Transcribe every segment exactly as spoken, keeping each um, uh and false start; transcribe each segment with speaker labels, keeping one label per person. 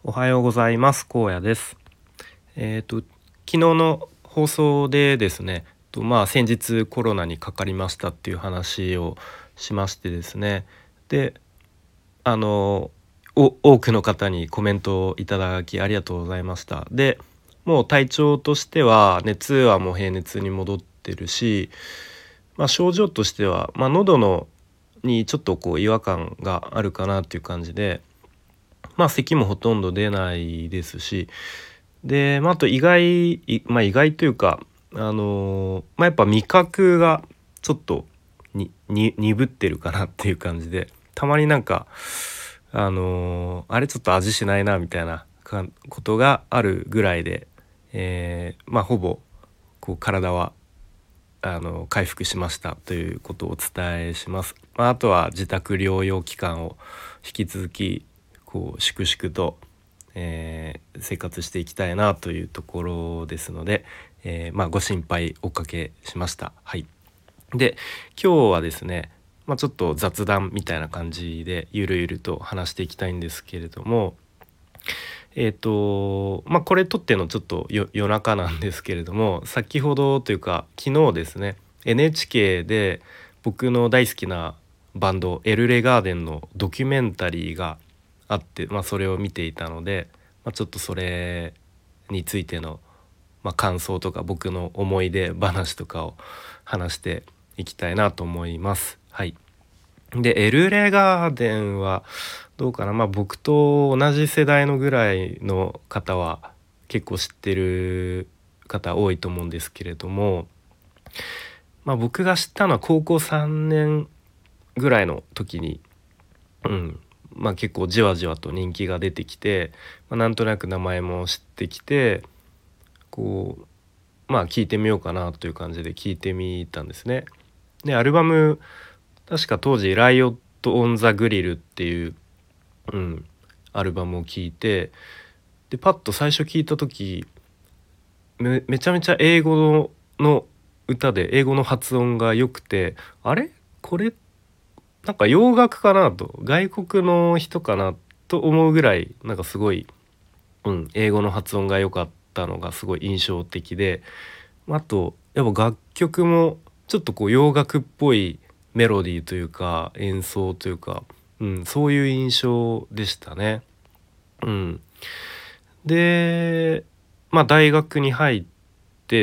Speaker 1: おはようございます。荒野です。えっと昨日の放送でですね、とまあ先日コロナにかかりましたっていう話をしましてですね、で、あのお多くの方にコメントをいただきありがとうございました。で、もう体調としては熱はもう平熱に戻ってるし、まあ症状としてはまあ喉のにちょっとこう違和感があるかなっていう感じで。まあ咳もほとんど出ないですし、で、まあ、あと意外、いまあ、意外というか、あのーまあ、やっぱ味覚がちょっとにに鈍ってるかなっていう感じで、たまになんかあのーあれちょっと味しないなみたいなかことがあるぐらいで、えーまあほぼこう体はあの回復しましたということをお伝えします。まあ、あとは自宅療養期間を引き続きこう粛々と、えー生活していきたいなというところですので、えーまあ、ご心配おかけしました。はい。で、今日はですね、まあ、ちょっと雑談みたいな感じでゆるゆると話していきたいんですけれども、えっとまあこれ撮ってのちょっとよ夜中なんですけれども、先ほどというか昨日ですね、 エヌエイチケー で僕の大好きなバンドエルレガーデンのドキュメンタリーがあって、まあ、それを見ていたので、まあ、ちょっとそれについての、まあ、感想とか僕の思い出話とかを話していきたいなと思います。はい。で、エルレガーデンはどうかな、まあ僕と同じ世代のぐらいの方は結構知ってる方多いと思うんですけれども、まあ僕が知ったのは高校さんねんぐらいの時に、うん、まあ結構じわじわと人気が出てきて、まあ、なんとなく名前も知ってきて、こうまあ聞いてみようかなという感じで聞いてみたんですね。で、アルバム確か当時「ライオット・オン・ザ・グリル」っていう、うん、アルバムを聴いて、でパッと最初聞いた時め、めちゃめちゃ英語の、の歌で英語の発音が良くて、あれこれなんか洋楽かなと、外国の人かなと思うぐらいなんかすごい、うん、英語の発音が良かったのがすごい印象的で、あとやっぱ楽曲もちょっとこう洋楽っぽいメロディーというか演奏というか、うん、そういう印象でしたね。うん、で、まあ大学に入って、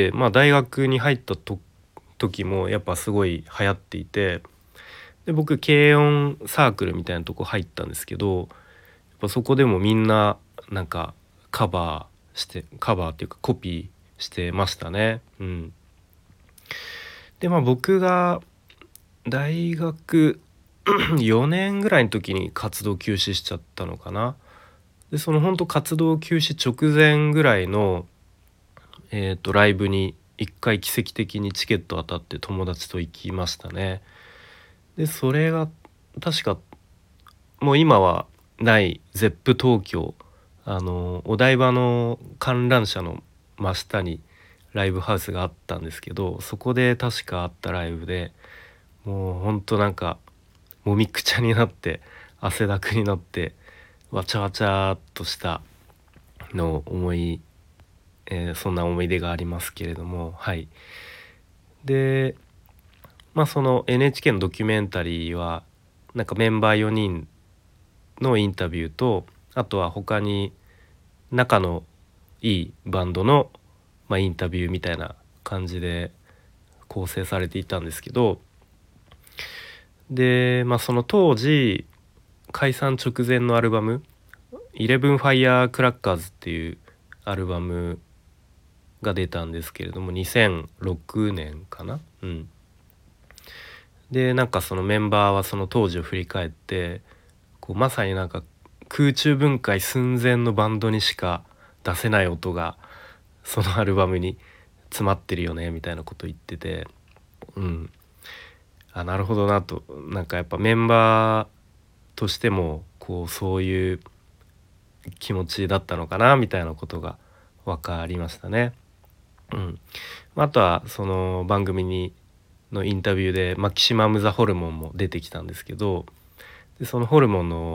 Speaker 1: まあ大学に入ったと時もやっぱすごい流行っていて、で僕軽音サークルみたいなとこ入ったんですけど、やっぱそこでもみんななんかカバーしてカバーっていうかコピーしてましたね。うん、でまあ僕が大学よねんぐらいの時に活動休止しちゃったのかな。でその本当活動休止直前ぐらいの、えーと、ライブに一回奇跡的にチケット当たって友達と行きましたね。でそれが確かもう今はない ゼップ 東京、あのお台場の観覧車の真下にライブハウスがあったんですけど、そこで確かあったライブで、もうほんとなんかもみくちゃになって汗だくになってわちゃわちゃっとしたのを思い、えーそんな思い出がありますけれども、はい。でまあその エヌエイチケー のドキュメンタリーはなんかメンバーよにんのインタビューと、あとは他に仲のいいバンドの、まあ、インタビューみたいな感じで構成されていたんですけど、で、まあ、その当時解散直前のアルバム「イレブンファイヤークラッカーズ」っていうアルバムが出たんですけれども、にせんろくねんかな。うん、でなんかそのメンバーはその当時を振り返って、こうまさになんか空中分解寸前のバンドにしか出せない音がそのアルバムに詰まってるよねみたいなこと言ってて、うん、あ、なるほどなと。なんかやっぱメンバーとしてもこうそういう気持ちだったのかなみたいなことが分かりましたね。うん、あとはその番組にのインタビューでマキシマム・ザ・ホルモンも出てきたんですけど、でそのホルモンの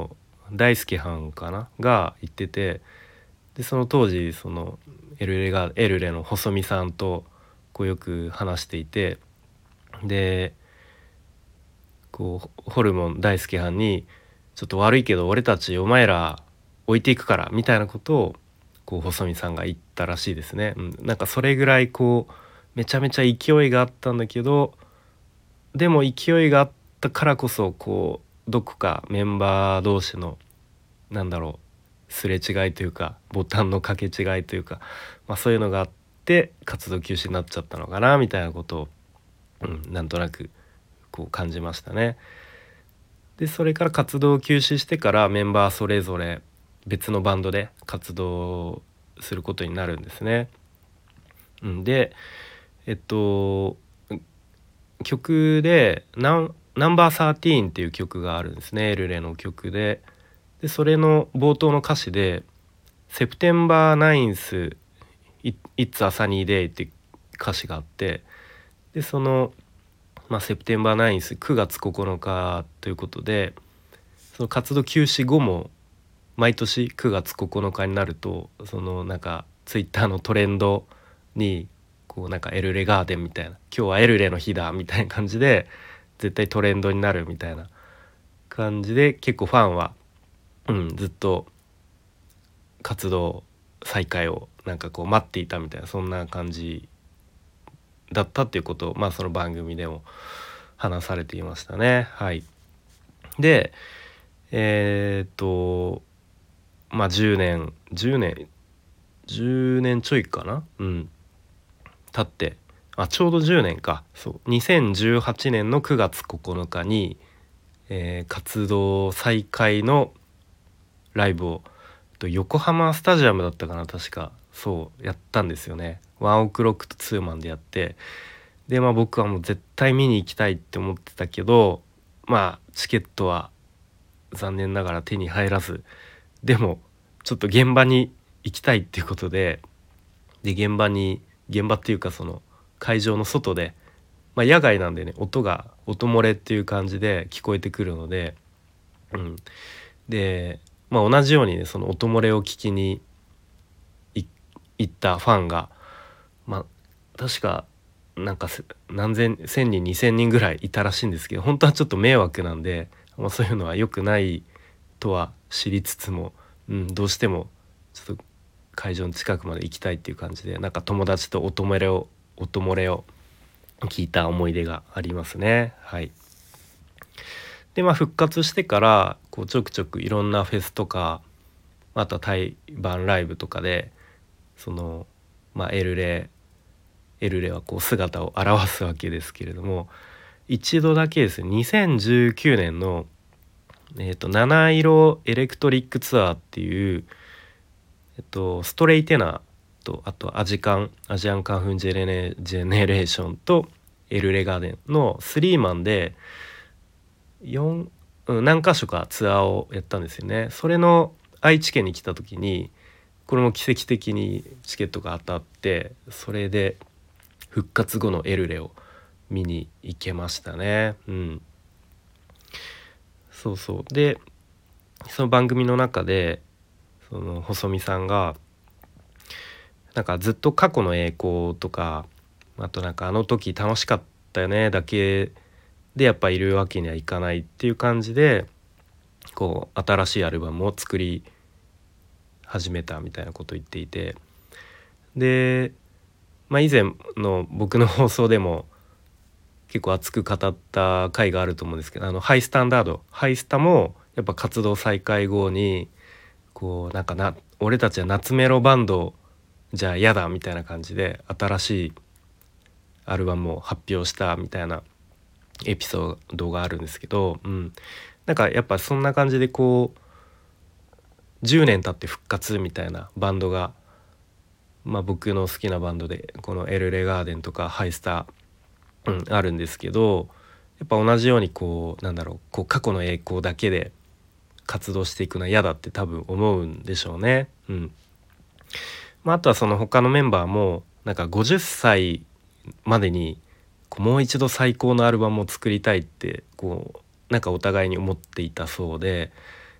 Speaker 1: 大輔藩かなが言ってて、でその当時そのエルレがエルレの細見さんとこうよく話していて、でこうホルモン大輔藩にちょっと悪いけど俺たちお前ら置いていくからみたいなことをこう細見さんが言ったらしいですね。うん、なんかそれぐらいこうめちゃめちゃ勢いがあったんだけど、でも勢いがあったからこそこうどこかメンバー同士のなんだろうすれ違いというかボタンの掛け違いというか、まあ、そういうのがあって活動休止になっちゃったのかなみたいなことを、うん、なんとなくこう感じましたね。でそれから活動を休止してからメンバーそれぞれ別のバンドで活動することになるんですね。うん、でえっと曲でナンナンバーサーティーンっていう曲があるんですね、エルレの曲で。でそれの冒頭の歌詞でセプテンバーナインス It's a sunny day って歌詞があって、でその、まあ、セプテンバーナインスくがつここのかということで、その活動休止後も毎年くがつここのかになるとそのなんかツイッターのトレンドにこうなんかエルレガーデンみたいな、今日はエルレの日だみたいな感じで絶対トレンドになるみたいな感じで結構ファンは、うん、ずっと活動再開をなんかこう待っていたみたいな、そんな感じだったっていうことを、まあその番組でも話されていましたね。はい。でえー、っとまあじゅうねんじゅうねんじゅうねんちょいかな、うん経って、あちょうどじゅうねんか、そうにせんじゅうはちねんのくがつここのかに、えー活動再開のライブをと横浜スタジアムだったかな、確かそうやったんですよね。ワンオクロックとツーマンでやって、でまあ僕はもう絶対見に行きたいって思ってたけど、まあチケットは残念ながら手に入らず、でもちょっと現場に行きたいっていうことで、で現場に現場っていうかその会場の外で、まあ、野外なんでね、音が音漏れっていう感じで聞こえてくるので、うん、で、まあ、同じようにねその音漏れを聞きにい行ったファンが、まあ、確かなんかせ何千千人にせんにんぐらいいたらしいんですけど、本当はちょっと迷惑なんで、まあ、そういうのは良くないとは知りつつも、うん、どうしてもちょっと会場の近くまで行きたいっていう感じで、なんか友達と音漏れを音漏れを聞いた思い出がありますね。はい。でまあ復活してからこうちょくちょくいろんなフェスとか、あとは対バンライブとかでその、まあ、エルレエルレはこう姿を現すわけですけれども、一度だけですねにせんじゅうきゅうねんの、えー、と七色エレクトリックツアーっていう、えっと、ストレイテナーとあとアジカンアジアンカンフンジェネジェネレーションとエルレガーデンのスリーマンでよん、うん、何か所かツアーをやったんですよね。それの愛知県に来た時にこれも奇跡的にチケットが当たって、それで復活後のエルレを見に行けましたね。うん、そうそうでその番組の中でその細見さんがなんかずっと過去の栄光とか、あとなんかあの時楽しかったよねだけでやっぱいるわけにはいかないっていう感じで、こう新しいアルバムを作り始めたみたいなことを言っていて、で、まあ、以前の僕の放送でも結構熱く語った回があると思うんですけど、あのハイスタンダードハイスタもやっぱ活動再開後にこうなんかな俺たちは夏メロバンドじゃあ嫌だみたいな感じで新しいアルバムを発表したみたいなエピソードがあるんですけど、うん、なんかやっぱそんな感じでこうじゅうねん経って復活みたいなバンドが、まあ、僕の好きなバンドでこのエルレガーデンとかハイスター、うん、あるんですけど、やっぱ同じようにこうなんだろうこう過去の栄光だけで活動していくのは嫌だって多分思うんでしょうね。うんまあ、あとはその他のメンバーもなんかごじゅっさいまでにこうもう一度最高のアルバムを作りたいってこうなんかお互いに思っていたそうで、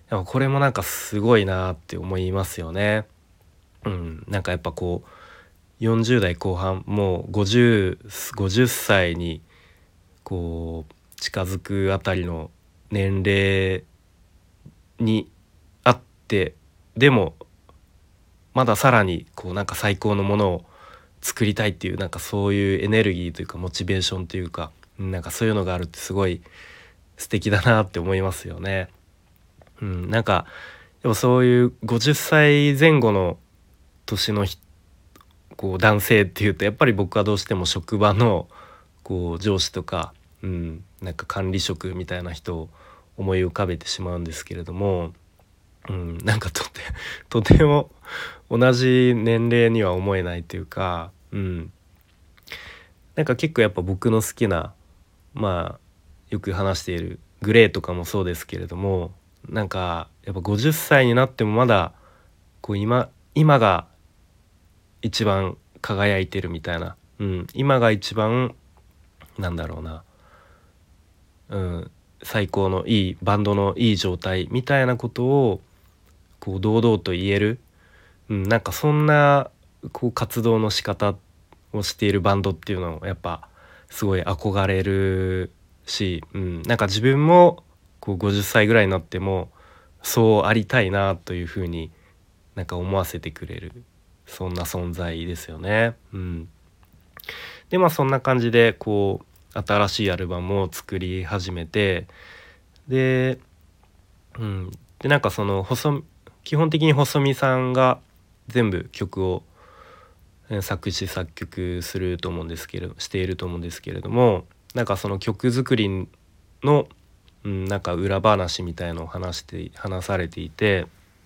Speaker 1: やっぱこれもなんかすごいなって思いますよね。うん、なんかやっぱこうよんじゅう代後半もうごじゅう、ごじゅっさいにこう近づくあたりの年齢にあって、でもまださらにこうなんか最高のものを作りたいっていう、なんかそういうエネルギーというかモチベーションというか、なんかそういうのがあるってすごい素敵だなって思いますよね。うん、なんかでもそういうごじゅっさい前後の年のひこう男性っていうと、やっぱり僕はどうしても職場のこう上司とか、うん、なんか管理職みたいな人を思い浮かべてしまうんですけれども、うん、なんかとてとても同じ年齢には思えないというか、うん、なんか結構やっぱ僕の好きな、まあよく話しているグレーとかもそうですけれども、なんかやっぱごじゅっさいになってもまだこう今今が一番輝いてるみたいな、うん、今が一番なんだろうな、うん、最高のいいバンドのいい状態みたいなことをこう堂々と言える、うん、なんかそんなこう活動の仕方をしているバンドっていうのをやっぱすごい憧れるし、うん、なんか自分もこうごじゅっさいぐらいになってもそうありたいなというふうになんか思わせてくれる、そんな存在ですよね。うん、でまあそんな感じでこう新しいアルバムを作り始めて、で、うん、でなんかその細基本的に細見さんが全部曲をえ作詞作曲すると思うんですけれどしていると思うんですけれども、なんかその曲作りの、うん、なんか裏話みたいのを話して話されていて、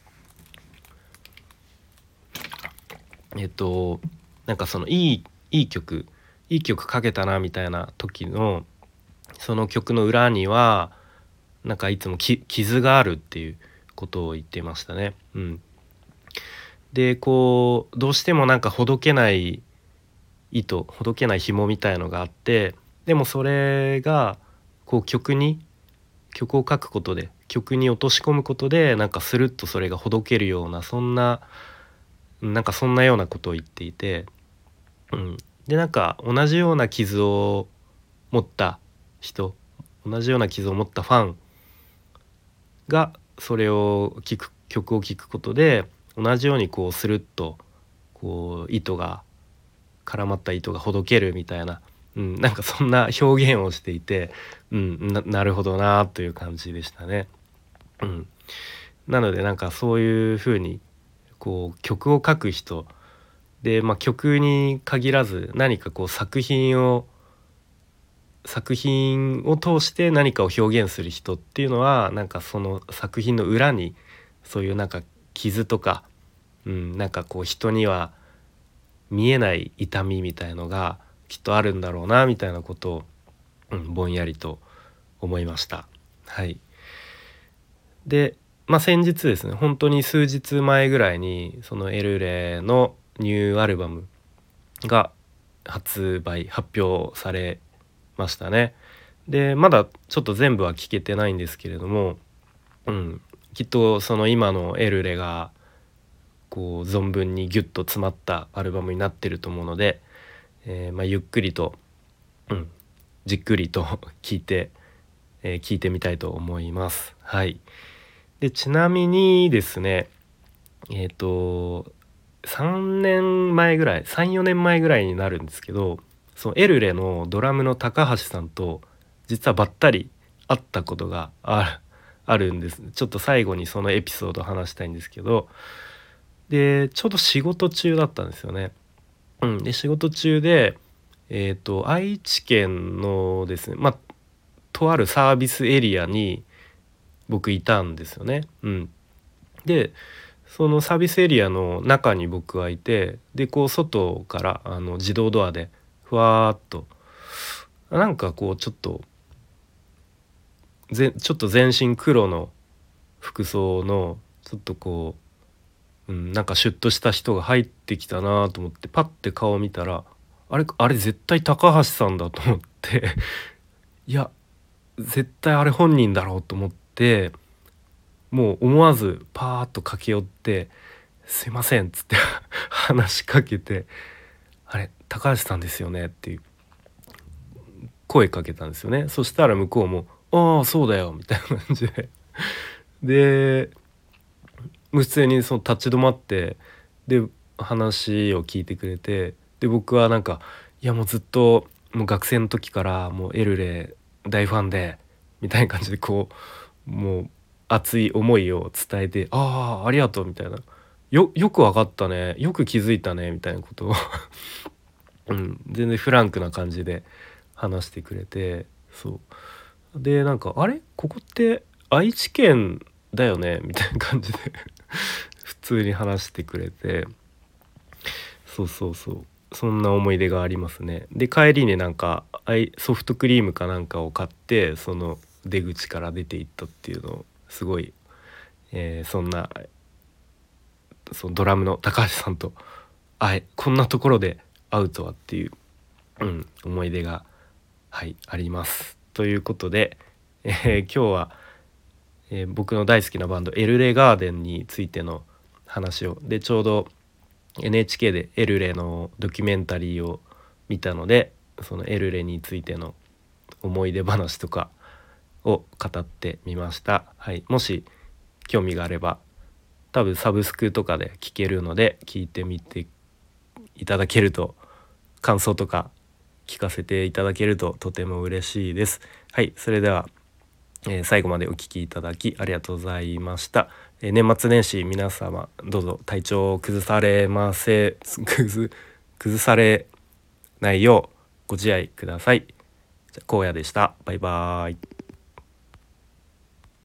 Speaker 1: えっとなんかそのいいいい曲いい曲書けたなみたいな時のその曲の裏にはなんかいつもき傷があるっていうことを言ってましたね。うん、でこうどうしてもなんかほどけない糸ほどけない紐みたいのがあって、でもそれがこう曲に曲を書くことで曲に落とし込むことでなんかスルッとそれがほどけるような、そんななんかそんなようなことを言っていて、うん、でなんか同じような傷を持った人同じような傷を持ったファンがそれを聴く曲を聴くことで同じようにこうスルッとこう糸が絡まった糸がほどけるみたいな、うん、なんかそんな表現をしていて、うん、な、なるほどなという感じでしたね。うん、なのでなんかそういう風にこう曲を書く人で、まあ、曲に限らず何かこう作品を作品を通して何かを表現する人っていうのはなんかその作品の裏にそういうなんか傷とか、うん、なんかこう人には見えない痛みみたいのがきっとあるんだろうなみたいなことを、うん、ぼんやりと思いました。はい。で、まあ、先日ですね本当に数日前ぐらいにそのエルレのニューアルバムが発売発表されましたね。でまだちょっと全部は聞けてないんですけれども、うん、きっとその今のエルレがこう存分にギュッと詰まったアルバムになってると思うので、えーまあ、ゆっくりと、うん、じっくりと聞いて、えー聞いてみたいと思います。はい。でちなみにですね、えっとさんねんまえぐらいさんよねんまえぐらいになるんですけど、そのエルレのドラムの高橋さんと実はばったり会ったことがある、あるんです。ちょっと最後にそのエピソードを話したいんですけど、でちょうど仕事中だったんですよね。うん、で仕事中で、えーと、愛知県のですね、まあとあるサービスエリアに僕いたんですよね。うん、でそのサービスエリアの中に僕はいて、でこう外からあの自動ドアでふわーっとなんかこうちょっとぜちょっと全身黒の服装のちょっとこう、うん、なんかシュッとした人が入ってきたなと思ってパッて顔を見たら、あれあれ絶対高橋さんだと思っていや絶対あれ本人だろうと思って、 もう思わずパーッと駆け寄って「すいません」っつって話しかけて「あれ高橋さんですよね」っていう声かけたんですよね。そしたら向こうも「ああそうだよ」みたいな感じでで普通にその立ち止まってで話を聞いてくれて、で僕はなんかいやもうずっともう学生の時からもうエルレ大ファンでみたいな感じでこうもう熱い思いを伝えて「ああありがとう」みたいなよよくわかったねよく気づいたねみたいなことをうん、全然フランクな感じで話してくれて、そうでなんか「あれここって愛知県だよね」みたいな感じで普通に話してくれて、そうそうそうそんな思い出がありますね。で帰りになんかアイソフトクリームかなんかを買ってその出口から出て行ったっていうのをすごい、えーそんなそのドラムの高橋さんとあえこんなところで会うとはっていう、うん、思い出がはいあります。ということで、えー今日は、えー僕の大好きなバンドエルレガーデンについての話をでちょうど エヌエイチケー でエルレのドキュメンタリーを見たのでそのエルレについての思い出話とかを語ってみました。はい、もし興味があれば多分サブスクとかで聞けるので聞いてみていただけると感想とか聞かせていただけるととても嬉しいです。はい、それでは、えー最後までお聞きいただきありがとうございました。えー年末年始皆様どうぞ体調を崩されませ崩崩されないようご自愛ください。じゃあ荒野でした。バイバーイ。